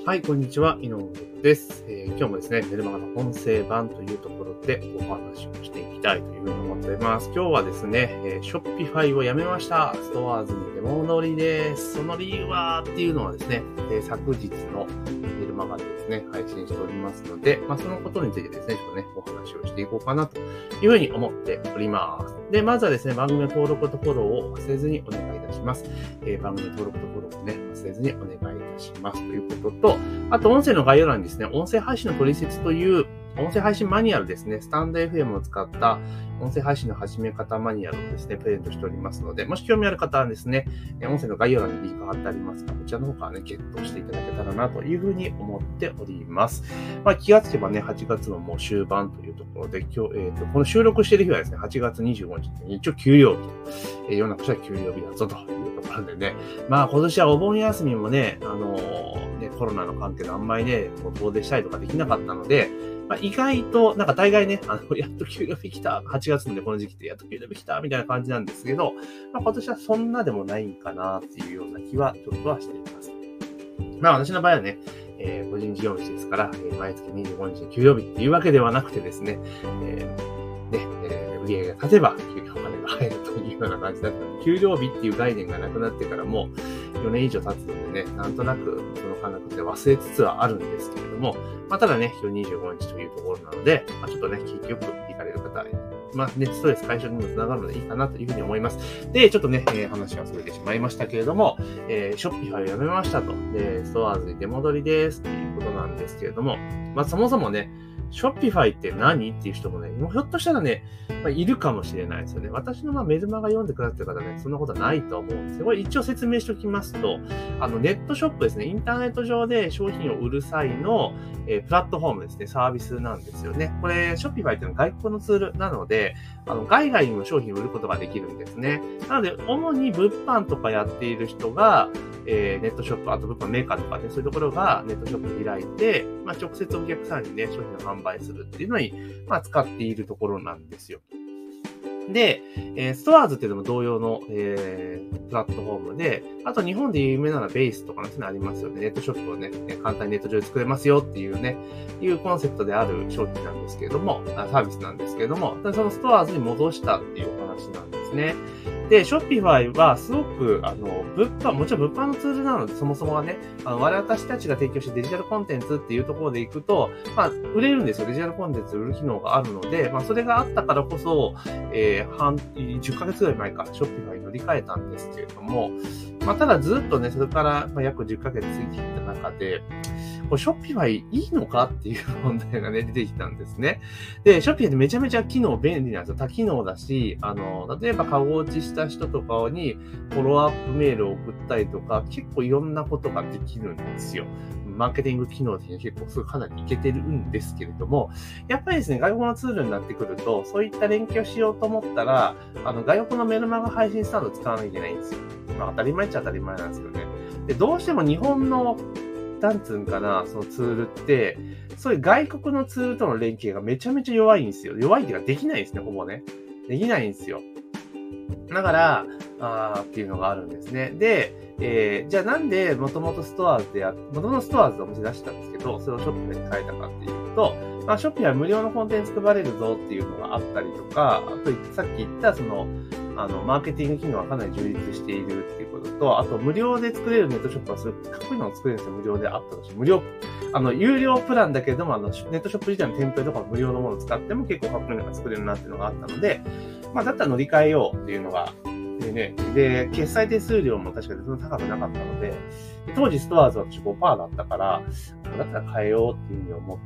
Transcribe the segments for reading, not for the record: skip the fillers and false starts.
はい、こんにちは、井上です。今日もですね、メルマガの音声版というところでお話をしていきたいというふうに思っております。今日はですね、Shopify をやめました。ストアーズに出戻りです。その理由はっていうのはですね、昨日のメルマガでですね、配信しておりますので、そのことについてですね、ちょっとね、お話をしていこうかなというふうに思っております。で、まずはですね、番組の登録とフォローを忘れずにお願いいたします。番組の登録とフォローをね、忘れずにお願いいたしますということと、あと音声の概要欄にですね、音声配信の取説という音声配信マニュアルですね、スタンド FM を使った音声配信の始め方マニュアルをですね、プレゼントしておりますので、もし興味ある方はですね、音声の概要欄にリンク貼ってありますが、こちらの方からね、ゲットしていただけたらなというふうに思っております。気がつけばね、8月のもう終盤というところで、今日、この収録している日はですね、8月25日で一応給料日、世の中としては給料日だぞというところでね、今年はお盆休みもね、コロナの関係であんまりね、遠出したりとかできなかったので、意外と、大概ね、やっと給料日来た、8月のね、この時期ってやっと給料日来た、みたいな感じなんですけど、今年はそんなでもないんかなっていうような気はちょっとはしています。私の場合はね、個人事業主ですから、毎月25日に給料日っていうわけではなくてですね、売上が立てば給料お金が入るというような感じだったので、給料日っていう概念がなくなってからも4年以上経つのでね、なんとなくその感覚で忘れつつはあるんですけれども、ただね、今日25日というところなので、ちょっとね、景気よく行かれる方、ストレス解消にもつながるのでいいかなというふうに思います。で、ちょっとね、話はそれてしまいましたけれども、Shopify をやめましたと。で、ストアーズに出戻りですっていうことなんですけれども、そもそもね、Shopify って何っていう人もね、ひょっとしたらね、いるかもしれないですよね。私のメルマガ読んでくださってる方ね、そんなことはないと思うんですよ。これ一応説明しておきますと、ネットショップですね、インターネット上で商品を売る際の、プラットフォームですね、サービスなんですよね。これ、Shopify っていうのは外国のツールなので、海外にも商品を売ることができるんですね。なので、主に物販とかやっている人が、ネットショップ、あと物販メーカーとかね、そういうところがネットショップを開いて、直接お客さんにね、商品を販売するっていうのに、使っているところなんですよ。で、ストアーズっていうのも同様の、プラットフォームで、あと日本で有名なのはベースとかのそういうのありますよね。ネットショップをね、簡単にネット上で作れますよっていうね、いうコンセプトである商品なんですけれども、サービスなんですけれども、そのストアーズに戻したっていうお話なんですね。で、Shopify はすごく、もちろん物販のツールなので、そもそもはね、私たちが提供してデジタルコンテンツっていうところでいくと、売れるんですよ。デジタルコンテンツ売る機能があるので、それがあったからこそ、10ヶ月ぐらい前か、Shopify に乗り換えたんですけれども、ただずっとね、それから、約10ヶ月過ぎていった中で、これ Shopify いいのかっていう問題がね、出てきたんですね。で、Shopify ってめちゃめちゃ機能便利なんですよ。多機能だし、例えばカゴ落ちした人とかにフォローアップメールを送ったりとか、結構いろんなことができるんですよ。マーケティング機能的に結構すごいかなりいけてるんですけれども、やっぱりですね、外国のツールになってくると、そういった連携をしようと思ったら、外国のメルマガ配信スタンドを使わなきゃいけないんですよ。当たり前っちゃ当たり前なんですけどね。で、どうしても日本のなんつうんかな、そのツールって、そういう外国のツールとの連携がめちゃめちゃ弱いんですよ。弱いっていうかできないんですね、ほぼね。できないんですよ。だから、っていうのがあるんですね。で、じゃあなんで元々ストアーズでお店出してたんですけど、それをショップに変えたかっていうと、ショップには無料のコンテンツ配れるぞっていうのがあったりとか、あとさっき言ったマーケティング機能はかなり充実しているっていうことと、あと無料で作れるネットショップはすごくかっこいいのを作れるんですよ。無料であったとして。有料プランだけれども、ネットショップ自体のテンプレとか無料のものを使っても結構かっこいいのが作れるなっていうのがあったので、だったら乗り換えようっていうのが、で、決済手数料も確かにそんな高くなかったので、当時ストアーズは私 5% だったから、だったら変えようっていうふうに思って、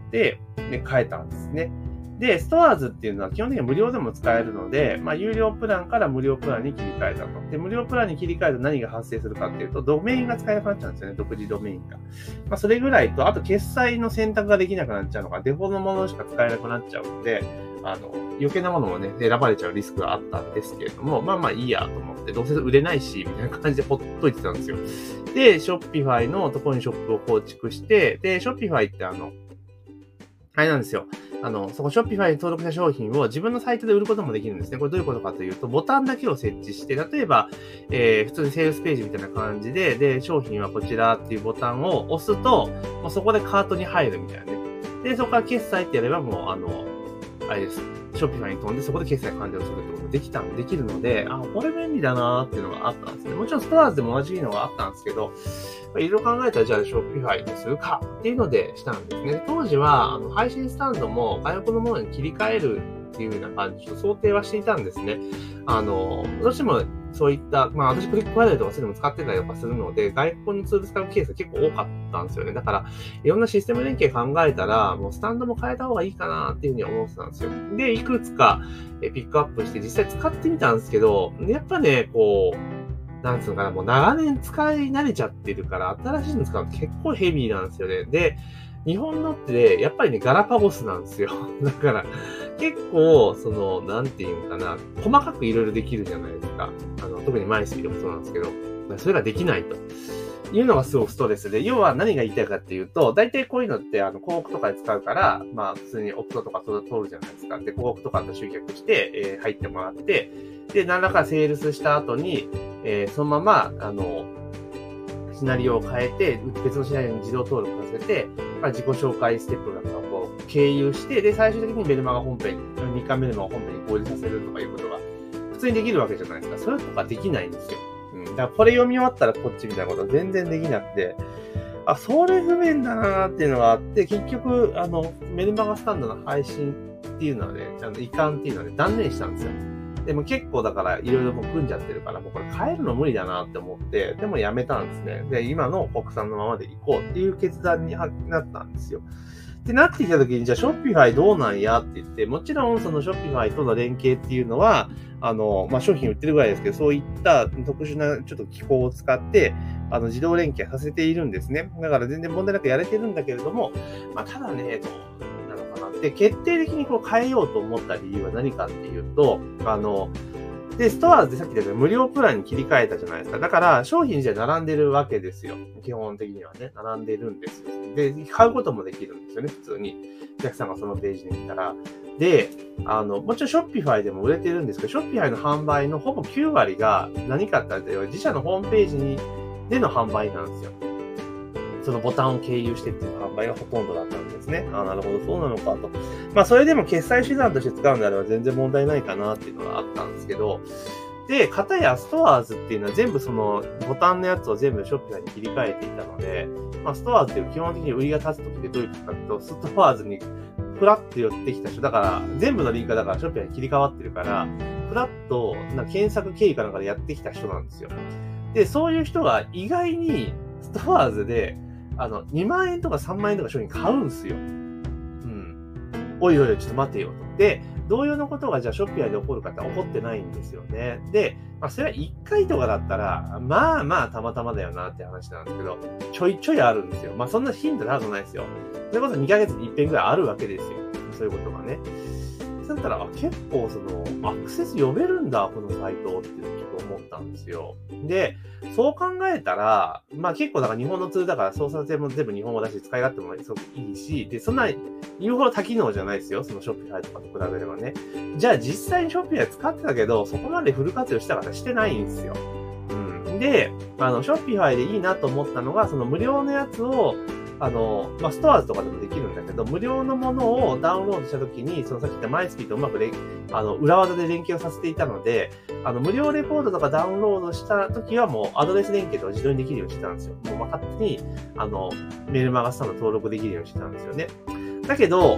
で、変えたんですね。で、ストアーズっていうのは基本的には無料でも使えるので、有料プランから無料プランに切り替えたと。で、無料プランに切り替えると何が発生するかっていうと、ドメインが使えなくなっちゃうんですよね、独自ドメインが。それぐらいと、あと決済の選択ができなくなっちゃうのが、デフォのものしか使えなくなっちゃうので、余計なものもね、選ばれちゃうリスクがあったんですけれども、いいやと思って、どうせ売れないし、みたいな感じでほっといてたんですよ。で、Shopify のところにショップを構築して、で、Shopify ってあれなんですよ。 そこ Shopify に登録した商品を自分のサイトで売ることもできるんですね。これどういうことかというと、ボタンだけを設置して、例えば、普通にセールスページみたいな感じで、商品はこちらっていうボタンを押すと、もうそこでカートに入るみたいなね。で、そこから決済ってやればもう、あれです。Shopify に飛んでそこで決済完了するってこともできるので、これ便利だなーっていうのがあったんですね。もちろんストアーズでも同じのがあったんですけど、いろいろ考えたらじゃあ Shopify にするかっていうのでしたんですね。当時は、配信スタンドも外国のものに切り替えるっていうような感じと想定はしていたんですね。どうしてもそういった、私クリックファイルとかそういうのも使ってたりとかするので、外国のツール使うケースが結構多かったんですよね。だから、いろんなシステム連携考えたら、もうスタンドも変えた方がいいかなっていうふうに思ってたんですよ。で、いくつかピックアップして実際使ってみたんですけど、やっぱね、なんつうのかな、もう長年使い慣れちゃってるから、新しいの使うと結構ヘビーなんですよね。で、日本のって、やっぱりね、ガラパゴスなんですよ。だから、結構、なんていうのかな、細かくいろいろできるじゃないですか。特にマイスピーでもそうなんですけど、それができないというのがすごくストレスで、要は何が言いたいかっていうと、大体こういうのって、広告とかで使うから、普通にオプトとか通るじゃないですか。で、広告とかと集客して、入ってもらって、で、何らかセールスした後に、そのまま、シナリオを変えて、別のシナリオに自動登録させて、自己紹介ステップなんかを経由して、で、最終的にメルマガ本編、2回メルマガ本編に合流させるとかいうことが、普通にできるわけじゃないですか。それとかできないんですよ。だからこれ読み終わったらこっちみたいなことは全然できなくて、それ不便だなーっていうのがあって、結局、メルマガスタンドの配信っていうのはね、移管っていうのはね、断念したんですよ。でも結構だからいろいろもう組んじゃってるから、もうこれ変えるの無理だなって思って、でもやめたんですね。で、今の国産のままでいこうっていう決断になったんですよ。ってなってきた時に、じゃあ Shopify どうなんやって言って、もちろんその Shopify との連携っていうのは、商品売ってるぐらいですけど、そういった特殊なちょっと機構を使って、自動連携させているんですね。だから全然問題なくやれてるんだけれども、ただね、で、決定的に変えようと思った理由は何かっていうと、で、ストアーズでさっき言ったように無料プランに切り替えたじゃないですか。だから、商品じゃ並んでるわけですよ。基本的にはね、並んでるんですよ。で、買うこともできるんですよね、普通に。お客さんがそのページに来たら。で、もちろん Shopify でも売れてるんですけど、Shopify の販売のほぼ9割が何かって言ったら、自社のホームページでの販売なんですよ。そのボタンを経由してっていう販売がほとんどだったんですね。なるほど、そうなのかと。それでも決済手段として使うんであれば全然問題ないかなっていうのがあったんですけど、で、片やストアーズっていうのは全部そのボタンのやつを全部ショッピファイに切り替えていたので、ストアーズっていう基本的に売りが立つときでどういうことかというと、ストアーズにフラッと寄ってきた人、だから全部のリンクがだからショッピファイに切り替わってるから、フラッと検索経緯かなんかでやってきた人なんですよ。で、そういう人が意外にストアーズで2万円とか3万円とか商品買うんすよ。おいおい、ちょっと待てよと。で、同様のことがじゃあショッピファイで起こるかって起こってないんですよね。で、それは1回とかだったら、たまたまだよなって話なんですけど、ちょいちょいあるんですよ。そんな頻度高くないですよ。それこそ2ヶ月に1遍ぐらいあるわけですよ。そういうことがね。だったら、結構アクセス呼べるんだ、このサイトってちょっと思ったんですよ。で、そう考えたら、結構だから日本のツールだから操作性も全部日本語だし、使い勝手もすごくいいし、で、そんな言うほど多機能じゃないですよ。そのショッピファイとかと比べればね。じゃあ実際にショッピファイ使ってたけど、そこまでフル活用した方してないんですよ。で、ショッピファイでいいなと思ったのが、その無料のやつを、ストアーズとかでもできるんだけど、無料のものをダウンロードしたときに、さっき言ったマイスピーとうまく裏技で連携をさせていたので、無料レポートとかダウンロードしたときはもうアドレス連携とか自動にできるようにしてたんですよ。もう勝手に、メルマガスタンド登録できるようにしてたんですよね。だけど、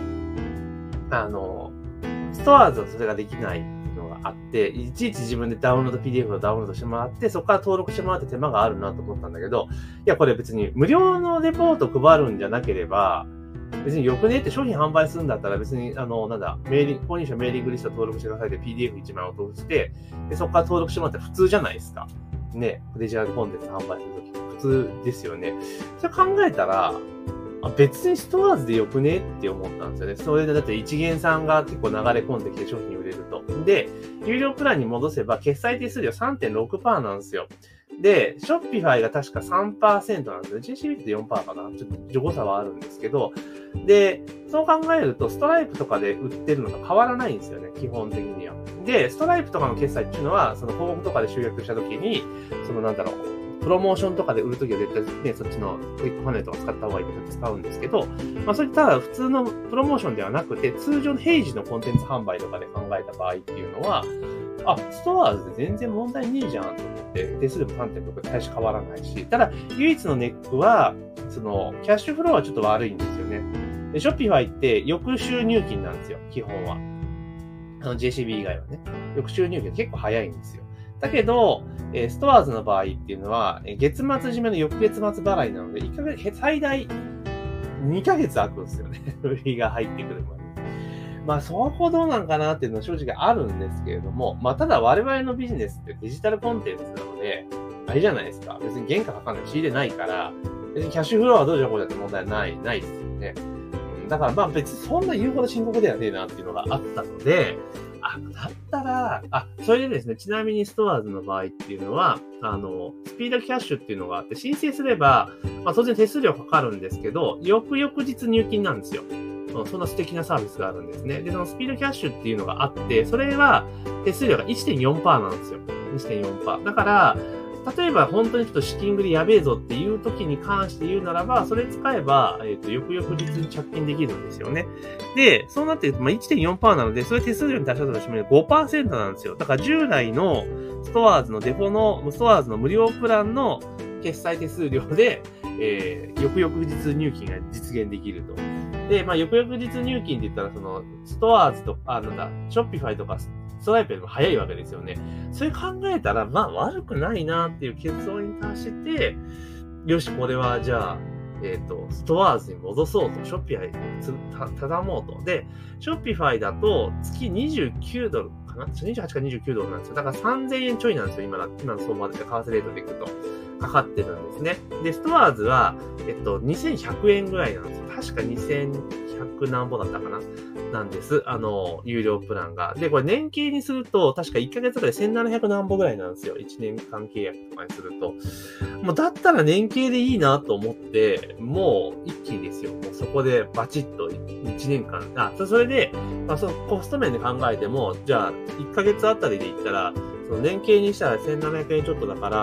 ストアーズはそれができないのがあって、いちいち自分でダウンロード PDF をダウンロードしてもらって、そこから登録してもらって手間があるなと思ったんだけど、いや、これ別に無料のレポート配るんじゃなければ、別によくねって商品販売するんだったら別に、購入者メーリングリスト登録してくださいで PDF1 枚落として、で、そこから登録してもらったら普通じゃないですか。ね、デジタルコンテンツ販売するときって普通ですよね。それ考えたら、別にストアーズでよくねって思ったんですよね。それでだって一元さんが結構流れ込んできて商品売れると。で、有料プランに戻せば決済手数料 3.6% なんですよ。 で、Shopify が確か 3% なんですよ。JCB って 4% かなちょっと誤差はあるんですけど、で、そう考えると、ストライプとかで売ってるのと変わらないんですよね、基本的には。で、ストライプとかの決済っていうのは、その広告とかで集約したときに、プロモーションとかで売るときは絶対ね、そっちのクリックパネルとか使った方がいいとか使うんですけど、それただ普通のプロモーションではなくて、通常の平時のコンテンツ販売とかで考えた場合っていうのは、ストアーズで全然問題ねえじゃんと思って、手数料も 3.6 で大して変わらないし、ただ唯一のネックは、キャッシュフローはちょっと悪いんですよね。で、Shopify って翌週入金なんですよ、基本は。JCB 以外はね。翌週入金結構早いんですよ。だけど、ストアーズの場合っていうのは、月末締めの翌月末払いなので、1ヶ月、最大2ヶ月空くんですよね。売りが入ってくるまで。そこどうなんかなっていうのは正直あるんですけれども、ただ我々のビジネスってデジタルコンテンツなので、あれじゃないですか。別に原価かかんない、仕入れないから、別にキャッシュフローはどうじゃこうじゃって問題ないですよね。だから別にそんな言うほど深刻ではねえなっていうのがあったので、だったら、それでですね、ちなみにストアーズの場合っていうのは、スピードキャッシュっていうのがあって、申請すれば、当然手数料かかるんですけど、翌々日入金なんですよ。そんな素敵なサービスがあるんですね。で、そのスピードキャッシュっていうのがあって、それは手数料が 1.4% なんですよ。1.4%。だから、例えば本当にちょっと資金繰りやべえぞっていう時に関して言うならば、それ使えば、翌々日に着金できるんですよね。で、そうなって言うと、1.4% なので、それ手数料に足したとしても 5% なんですよ。だから従来のストアーズの無料プランの決済手数料で、翌々日入金が実現できると。で、翌々日入金って言ったら、ストアーズとか、Shopify とか、ストライプよりも早いわけですよね。それ考えたら、悪くないなっていう結論に達して、よし、これはじゃあ、ストアーズに戻そうと、Shopify 畳もうと。で、Shopify だと月29ドルかな ?28 か29ドルなんですよ。だから3000円ちょいなんですよ。今の相場で、為替レートでいくと。かかってるんですね。で、ストアーズは、2100円ぐらいなんですよ。確か2100何ぼだったかななんです。有料プランが。で、これ年計にすると、確か1ヶ月ぐらい1700何ぼぐらいなんですよ。1年間契約とかにすると。もうだったら年計でいいなと思って、もう一気にですよ。もうそこでバチッと1年間。それで、そのコスト面で考えても、じゃあ1ヶ月あたりで言ったら、その年計にしたら1700円ちょっとだから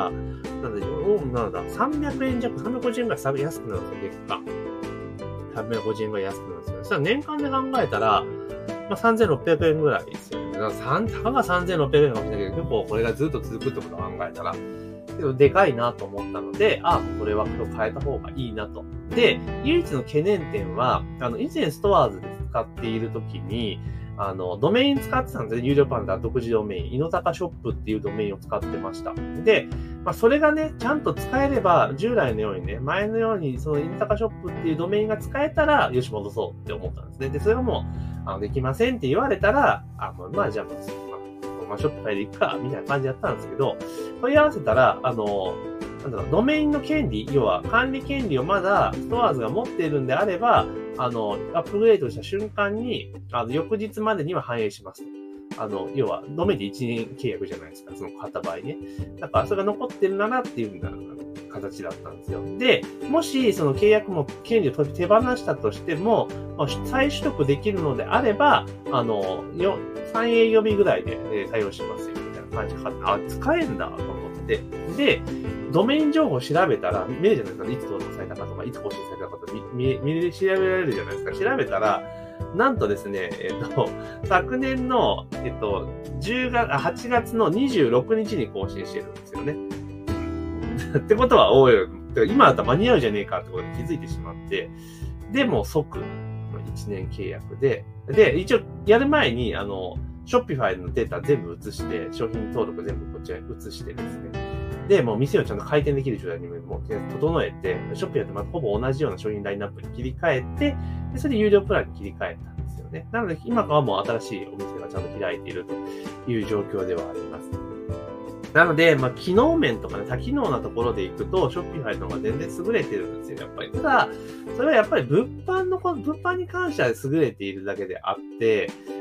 、300円弱、350円ぐらい安くなるんですよ、月間。350円ぐらい安くなるんですよ。そしたら年間で考えたら、3600円ぐらいですよね。たかが3600円かもしれないけど、結構これがずっと続くってことを考えたら、けどでかいなと思ったので、これは今日変えた方がいいなと。で、唯一の懸念点は、以前ストアーズで使っているときに、ドメイン使ってたんですね。有料パンダ独自ドメイン。井の高ショップっていうドメインを使ってました。で、それがね、ちゃんと使えれば、従来のようにね、前のように、その井の高ショップっていうドメインが使えたら、よし、戻そうって思ったんですね。で、それがもう、できませんって言われたら、じゃあ、ショップ買いで行くか、みたいな感じだったんですけど、問い合わせたら、ドメインの権利、要は管理権利をまだストアーズが持っているんであれば、アップグレードした瞬間に、翌日までには反映しますと。要は、ドメインで1年契約じゃないですか、その買った場合ね。だから、それが残ってるならっていう形だったんですよ。で、もし、その契約も権利を手放したとしても、再取得できるのであれば、3営業日ぐらいで対応しますよ、みたいな感じでかかって、使えんだと思って。で、ドメイン情報を調べたら、見えるじゃないですか。いつ登録されたかとか、いつ更新されたかとか、調べられるじゃないですか。調べたら、なんとですね、昨年の、8月の26日に更新してるんですよね。ってことは、今だったら間に合うじゃねえかってことに気づいてしまって、で、もう即、1年契約で、一応、やる前に、Shopify のデータ全部移して、商品登録全部こっちに移してですね。で、もう店をちゃんと開店できる状態にも整えて、Shopify とほぼ同じような商品ラインナップに切り替えて、でそれで有料プランに切り替えたんですよね。なので、今はもう新しいお店がちゃんと開いているという状況ではあります。なので、機能面とかね、多機能なところでいくと、Shopify の方が全然優れてるんですよ、やっぱり。ただ、それはやっぱり物販に関しては優れているだけであって、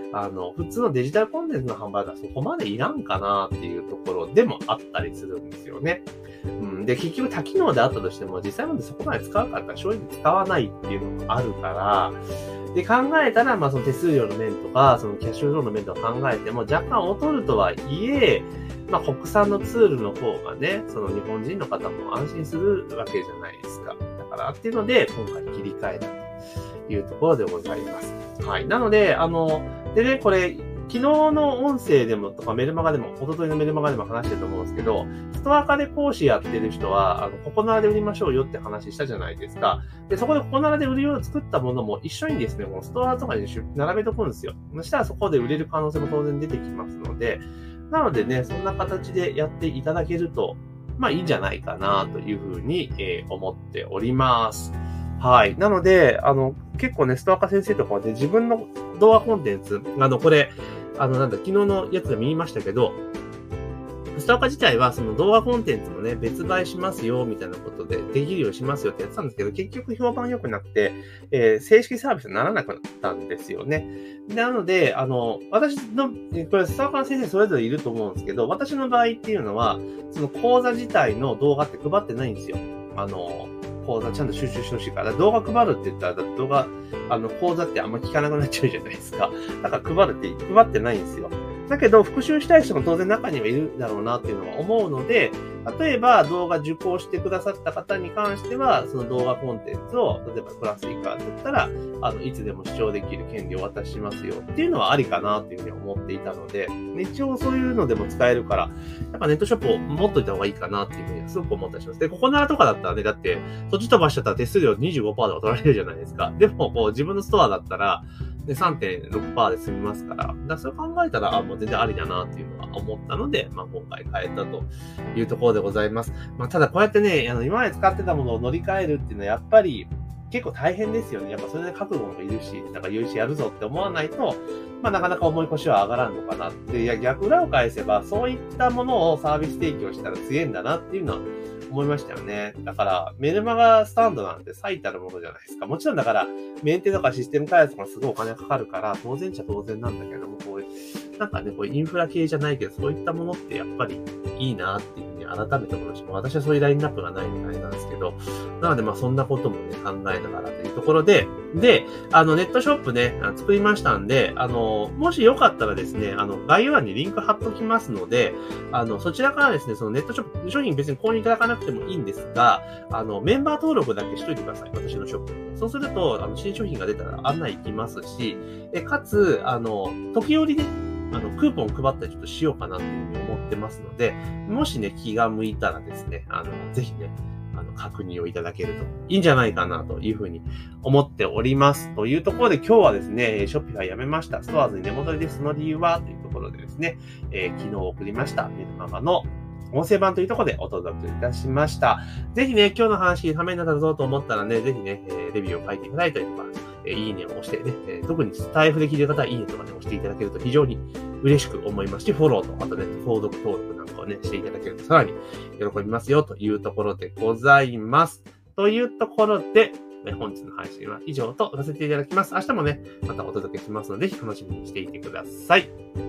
普通のデジタルコンテンツの販売がそこまでいらんかなっていうところでもあったりするんですよね。で、結局多機能であったとしても、実際までそこまで使うかったら正直使わないっていうのもあるから、で、考えたら、その手数料の面とか、そのキャッシュフローの面とか考えても、若干劣るとはいえ、国産のツールの方がね、その日本人の方も安心するわけじゃないですか。だからっていうので、今回切り替えたというところでございます。はい。なので、でね、これ、昨日の音声でもとかメルマガでも、一昨日のメルマガでも話してると思うんですけど、ストア化で講師やってる人は、ココナラで売りましょうよって話したじゃないですか。で、そこでココナラで売るよう作ったものも一緒にですね、このストアとかに並べとくんですよ。そしたらそこで売れる可能性も当然出てきますので、なのでね、そんな形でやっていただけると、いいんじゃないかなというふうに、思っております。はい。なので、結構ね、ストア化先生とかはね、自分の動画コンテンツ、これ、昨日のやつで見ましたけど、ストア化自体はその動画コンテンツもね、別売しますよ、みたいなことでできるようにしますよってやってたんですけど、結局評判良くなくて、正式サービスにならなくなったんですよね。なので、私の、これストア化の先生それぞれいると思うんですけど、私の場合っていうのは、その講座自体の動画って配ってないんですよ。講座ちゃんと収集してほしいから。動画配るって言ったら、動画、講座ってあんま聞かなくなっちゃうじゃないですか。だから配ってないんですよ。だけど、復習したい人も当然中にはいるだろうなっていうのは思うので、例えば動画受講してくださった方に関しては、その動画コンテンツを、例えばプラス以下だったら、いつでも視聴できる権利をお渡ししますよっていうのはありかなっていうふうに思っていたので、一応そういうのでも使えるから、やっぱネットショップを持っといた方がいいかなっていうふうにすごく思ったりします。で、ココナラとかだったらね、だって、そっち飛ばしちゃったら手数料 25% とか取られるじゃないですか。でも、自分のストアだったら、で 3.6% で済みますから、それ考えたら、もう全然ありだなっていうのは思ったので、今回変えたというところでございます。ただこうやってね、今まで使ってたものを乗り換えるっていうのはやっぱり結構大変ですよね。やっぱそれで覚悟もいるし、よしやるぞって思わないと、なかなか重い腰は上がらんのかなって、逆裏を返せば、そういったものをサービス提供したら強いんだなっていうのは思いましたよね。だから、メルマガスタンドなんて最たるものじゃないですか。もちろんだから、メンテとかシステム開発とかすごいお金がかかるから、当然っちゃ当然なんだけども、こういうインフラ系じゃないけど、そういったものってやっぱりいいなっていうふうに改めて思いました。私はそういうラインナップがないのであれなんですけど、なのでそんなこともね、考えながらというところで、ネットショップね、作りましたんで、もしよかったらですね、概要欄にリンク貼っときますので、そちらからですね、そのネットショップ、商品別に購入いただかなくてもいいんですが、メンバー登録だけしといてください。私のショップ。そうすると、新商品が出たら案内行きますし、かつ、時折ね、クーポン配ったりちょっとしようかなっていうふうに思ってますので、もしね、気が向いたらですね、ぜひね、確認をいただけるといいんじゃないかなというふうに思っております。というところで今日はですね、ショッピファイやめました。ストアーズに出戻りです。その理由はというところでですね、昨日送りましたメルマガの音声版というところでお届けいたしました。ぜひね、今日の話ためになったぞと思ったらね、ぜひね、レビューを書いていただいたりとか、いいねを押してね、特にスタイフで聞いてる方はいいねとかね、押していただけると非常に嬉しく思いますし、フォローと、あとね、購読登録なんかをね、していただけるとさらに喜びますよというところでございます。というところで、本日の配信は以上とさせていただきます。明日もね、またお届けしますので、ぜひ楽しみにしていてください。